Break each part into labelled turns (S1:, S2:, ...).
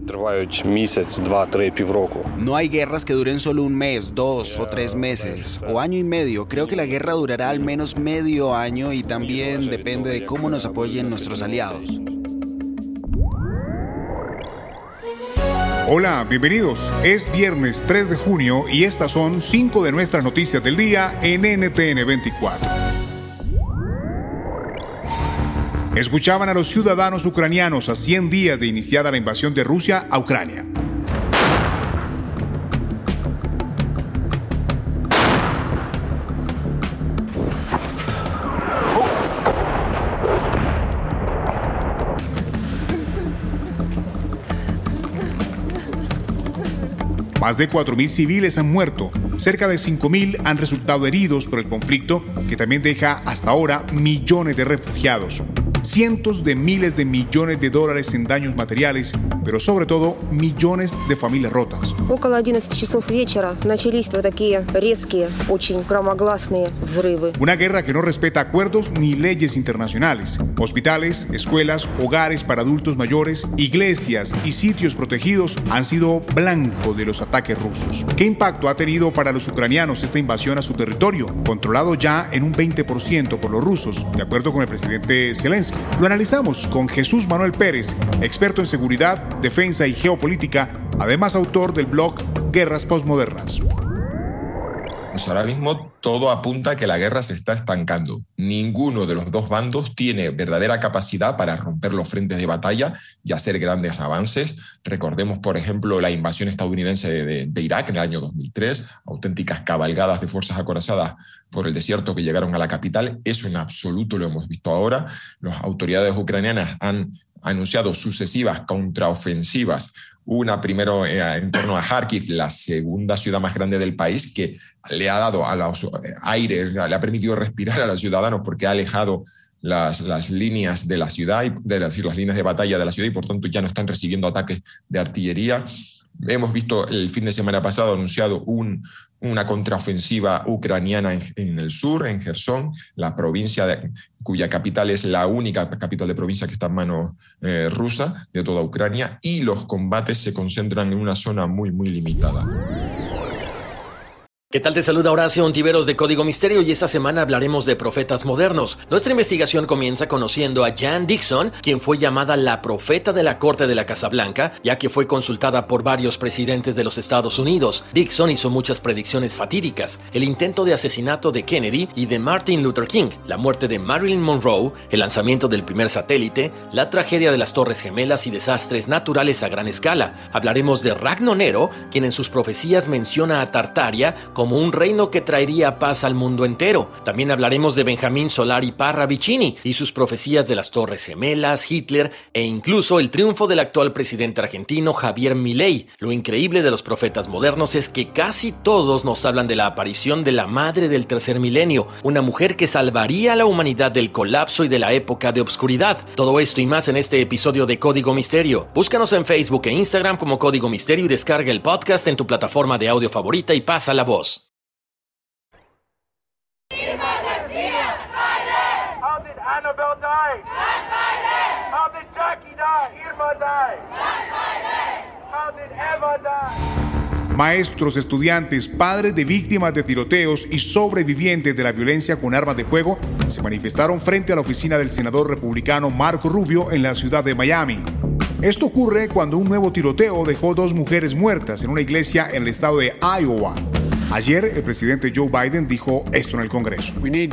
S1: No hay guerras que duren solo un mes, 2 o 3 meses, o año y medio. Creo que la guerra durará al menos medio año y también depende de cómo nos apoyen nuestros aliados.
S2: Hola, bienvenidos. Es viernes 3 de junio y estas son 5 de nuestras noticias del día en NTN 24. Escuchaban a los ciudadanos ucranianos a 100 días de iniciada la invasión de Rusia a Ucrania. Más de 4.000 civiles han muerto, cerca de 5.000 han resultado heridos por el conflicto, que también deja hasta ahora millones de refugiados, cientos de miles de millones de dólares en daños materiales, pero sobre todo millones de familias rotas.
S3: Около 11 часов вечера начались вот такие резкие, очень громогласные взрывы.
S2: Una guerra que no respeta acuerdos ni leyes internacionales. Hospitales, escuelas, hogares para adultos mayores, iglesias y sitios protegidos han sido blanco de los ataques rusos. ¿Qué impacto ha tenido para los ucranianos esta invasión a su territorio, controlado ya en un 20% por los rusos, de acuerdo con el presidente Zelensky? Lo analizamos con Jesús Manuel Pérez, experto en seguridad, defensa y geopolítica, además autor del blog Guerras Postmodernas.
S4: Pues ahora mismo todo apunta a que la guerra se está estancando. Ninguno de los dos bandos tiene verdadera capacidad para romper los frentes de batalla y hacer grandes avances. Recordemos, por ejemplo, la invasión estadounidense de Irak en el año 2003, auténticas cabalgadas de fuerzas acorazadas por el desierto que llegaron a la capital. Eso en absoluto lo hemos visto ahora. Las autoridades ucranianas han anunciado sucesivas contraofensivas, una primero en torno a Kharkiv, la segunda ciudad más grande del país, que le ha dado a los aires, le ha permitido respirar a los ciudadanos porque ha alejado las líneas de la ciudad, las líneas de batalla de la ciudad, y por tanto ya no están recibiendo ataques de artillería. Hemos visto el fin de semana pasado anunciado una contraofensiva ucraniana en el sur, en Jersón, la provincia cuya capital es la única capital de provincia que está en manos rusa de toda Ucrania, y los combates se concentran en una zona muy, muy limitada.
S5: ¿Qué tal? Te saluda Horacio Ontiveros de Código Misterio y esta semana hablaremos de profetas modernos. Nuestra investigación comienza conociendo a Jan Dixon, quien fue llamada la profeta de la corte de la Casa Blanca, ya que fue consultada por varios presidentes de los Estados Unidos. Dixon hizo muchas predicciones fatídicas: el intento de asesinato de Kennedy y de Martin Luther King, la muerte de Marilyn Monroe, el lanzamiento del primer satélite, la tragedia de las Torres Gemelas y desastres naturales a gran escala. Hablaremos de Ragnonero, quien en sus profecías menciona a Tartaria como un reino que traería paz al mundo entero. También hablaremos de Benjamín Solari Parra Vicini y sus profecías de las Torres Gemelas, Hitler e incluso el triunfo del actual presidente argentino Javier Milei. Lo increíble de los profetas modernos es que casi todos nos hablan de la aparición de la madre del tercer milenio, una mujer que salvaría a la humanidad del colapso y de la época de obscuridad. Todo esto y más en este episodio de Código Misterio. Búscanos en Facebook e Instagram como Código Misterio y descarga el podcast en tu plataforma de audio favorita y pasa la voz.
S6: How did Annabelle die? Not by them. How did Jackie die? Irma die? Not by them. How did Eva die?
S2: Maestros, estudiantes, padres de víctimas de tiroteos y sobrevivientes de la violencia con armas de fuego se manifestaron frente a la oficina del senador republicano Marco Rubio en la ciudad de Miami. Esto ocurre cuando un nuevo tiroteo dejó 2 mujeres muertas en una iglesia en el estado de Iowa. Ayer, el presidente Joe Biden dijo esto en el Congreso.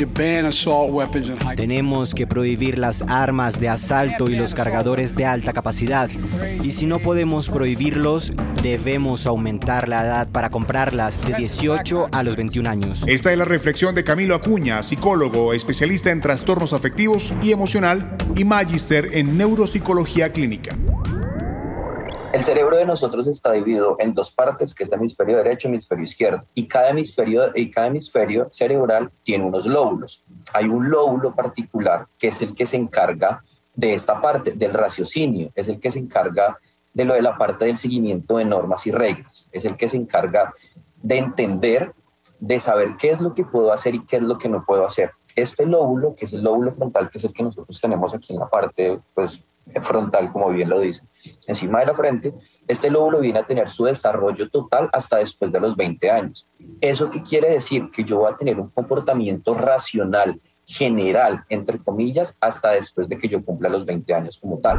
S7: Tenemos que prohibir las armas de asalto y los cargadores de alta capacidad. Y si no podemos prohibirlos, debemos aumentar la edad para comprarlas de 18 a los 21 años.
S2: Esta es la reflexión de Camilo Acuña, psicólogo, especialista en trastornos afectivos y emocional y magíster en neuropsicología clínica.
S8: El cerebro de nosotros está dividido en 2 partes, que es el hemisferio derecho y el hemisferio izquierdo. Y cada hemisferio cerebral tiene unos lóbulos. Hay un lóbulo particular que es el que se encarga de esta parte, del raciocinio. Es el que se encarga de lo de la parte del seguimiento de normas y reglas. Es el que se encarga de entender, de saber qué es lo que puedo hacer y qué es lo que no puedo hacer. Este lóbulo, que es el lóbulo frontal, que es el que nosotros tenemos aquí en la parte, pues, frontal, como bien lo dice, encima de la frente, este lóbulo viene a tener su desarrollo total hasta después de los 20 años. ¿Eso qué quiere decir? Que yo voy a tener un comportamiento racional, general, entre comillas, hasta después de que yo cumpla los 20 años como tal.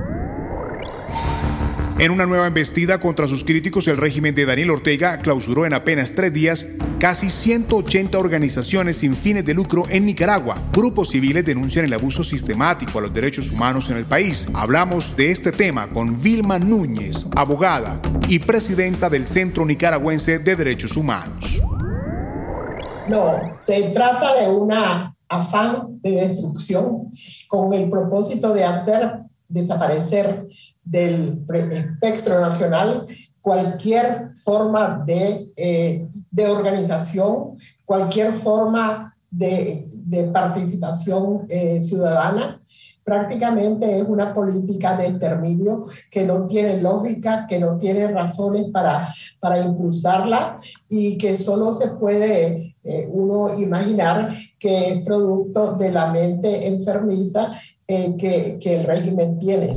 S2: En una nueva embestida contra sus críticos, el régimen de Daniel Ortega clausuró en apenas 3 días casi 180 organizaciones sin fines de lucro en Nicaragua. Grupos civiles denuncian el abuso sistemático a los derechos humanos en el país. Hablamos de este tema con Vilma Núñez, abogada y presidenta del Centro Nicaragüense de Derechos Humanos.
S9: No, se trata de un afán de destrucción con el propósito de hacer desaparecer del espectro nacional cualquier forma de organización, cualquier forma de participación ciudadana. Prácticamente es una política de exterminio que no tiene lógica, que no tiene razones para impulsarla y que solo se puede uno imaginar que es producto de la mente enfermiza que el régimen tiene.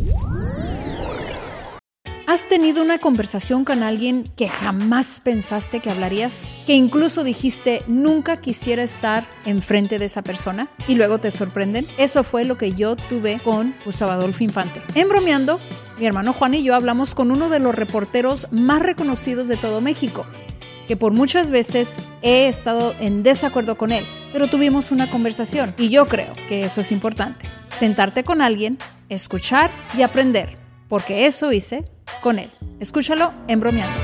S10: ¿Has tenido una conversación con alguien que jamás pensaste que hablarías? ¿Que incluso dijiste nunca quisiera estar enfrente de esa persona? ¿Y luego te sorprenden? Eso fue lo que yo tuve con Gustavo Adolfo Infante. En Bromeando, mi hermano Juan y yo hablamos con uno de los reporteros más reconocidos de todo México, que por muchas veces he estado en desacuerdo con él, pero tuvimos una conversación y yo creo que eso es importante. Sentarte con alguien, escuchar y aprender, porque eso hice con él. Escúchalo en Bromeando.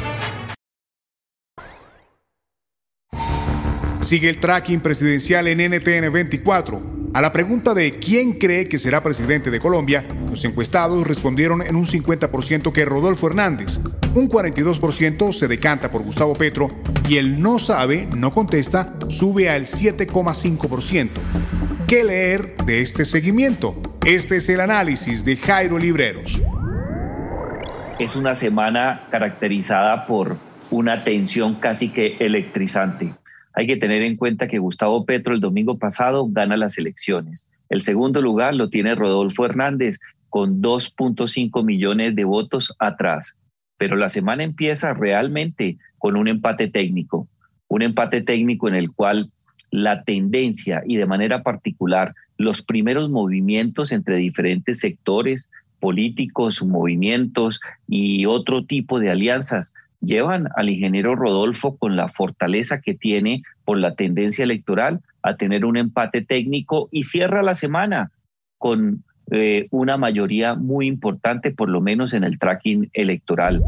S2: Sigue el tracking presidencial en NTN 24. A la pregunta de quién cree que será presidente de Colombia, los encuestados respondieron en un 50% que Rodolfo Hernández, un 42% se decanta por Gustavo Petro y el no sabe, no contesta, sube al 7,5%. ¿Qué leer de este seguimiento? Este es el análisis de Jairo Libreros.
S11: Es una semana caracterizada por una tensión casi que electrizante. Hay que tener en cuenta que Gustavo Petro el domingo pasado gana las elecciones. El segundo lugar lo tiene Rodolfo Hernández con 2.5 millones de votos atrás. Pero la semana empieza realmente con un empate técnico en el cual la tendencia y de manera particular los primeros movimientos entre diferentes sectores políticos, movimientos y otro tipo de alianzas llevan al ingeniero Rodolfo con la fortaleza que tiene por la tendencia electoral a tener un empate técnico y cierra la semana con una mayoría muy importante, por lo menos en el tracking electoral.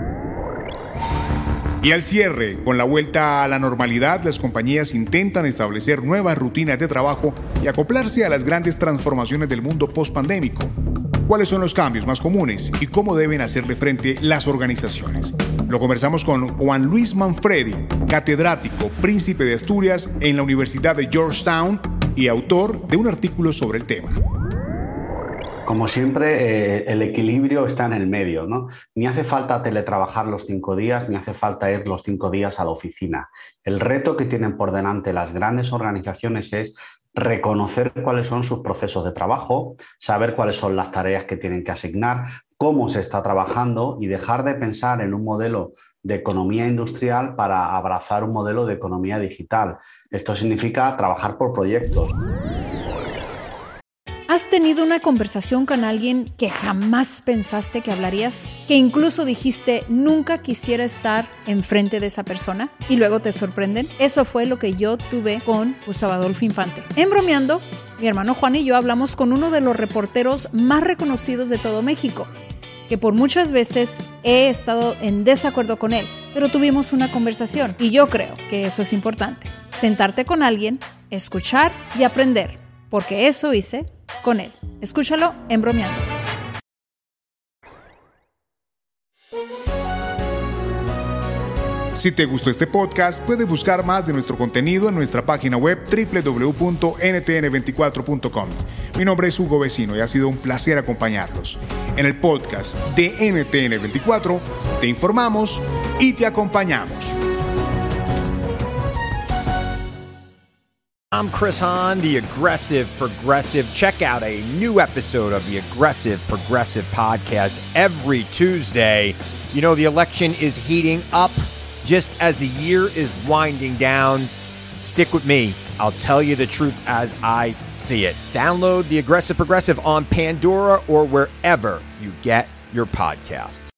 S2: Y al cierre, con la vuelta a la normalidad, las compañías intentan establecer nuevas rutinas de trabajo y acoplarse a las grandes transformaciones del mundo post-pandémico. ¿Cuáles son los cambios más comunes y cómo deben hacerle frente las organizaciones? Lo conversamos con Juan Luis Manfredi, catedrático, príncipe de Asturias en la Universidad de Georgetown y autor de un artículo sobre el tema.
S12: Como siempre, el equilibrio está en el medio, ¿no? Ni hace falta teletrabajar los 5 días, ni hace falta ir los 5 días a la oficina. El reto que tienen por delante las grandes organizaciones es reconocer cuáles son sus procesos de trabajo, saber cuáles son las tareas que tienen que asignar, cómo se está trabajando y dejar de pensar en un modelo de economía industrial para abrazar un modelo de economía digital. Esto significa trabajar por proyectos.
S10: ¿Has tenido una conversación con alguien que jamás pensaste que hablarías? ¿Que incluso dijiste nunca quisiera estar enfrente de esa persona? ¿Y luego te sorprenden? Eso fue lo que yo tuve con Gustavo Adolfo Infante. En Bromeando, mi hermano Juan y yo hablamos con uno de los reporteros más reconocidos de todo México, que por muchas veces he estado en desacuerdo con él, pero tuvimos una conversación y yo creo que eso es importante. Sentarte con alguien, escuchar y aprender, porque eso hice con él. Escúchalo en Bromeando.
S2: Si te gustó este podcast, puedes buscar más de nuestro contenido en nuestra página web www.ntn24.com. Mi nombre es Hugo Vecino y ha sido un placer acompañarlos. En el podcast de NTN24 te informamos y te acompañamos.
S13: I'm Chris Hahn, the Aggressive Progressive. Check out a new episode of the Aggressive Progressive podcast every Tuesday. You know, the election is heating up just as the year is winding down. Stick with me. I'll tell you the truth as I see it. Download the Aggressive Progressive on Pandora or wherever you get your podcasts.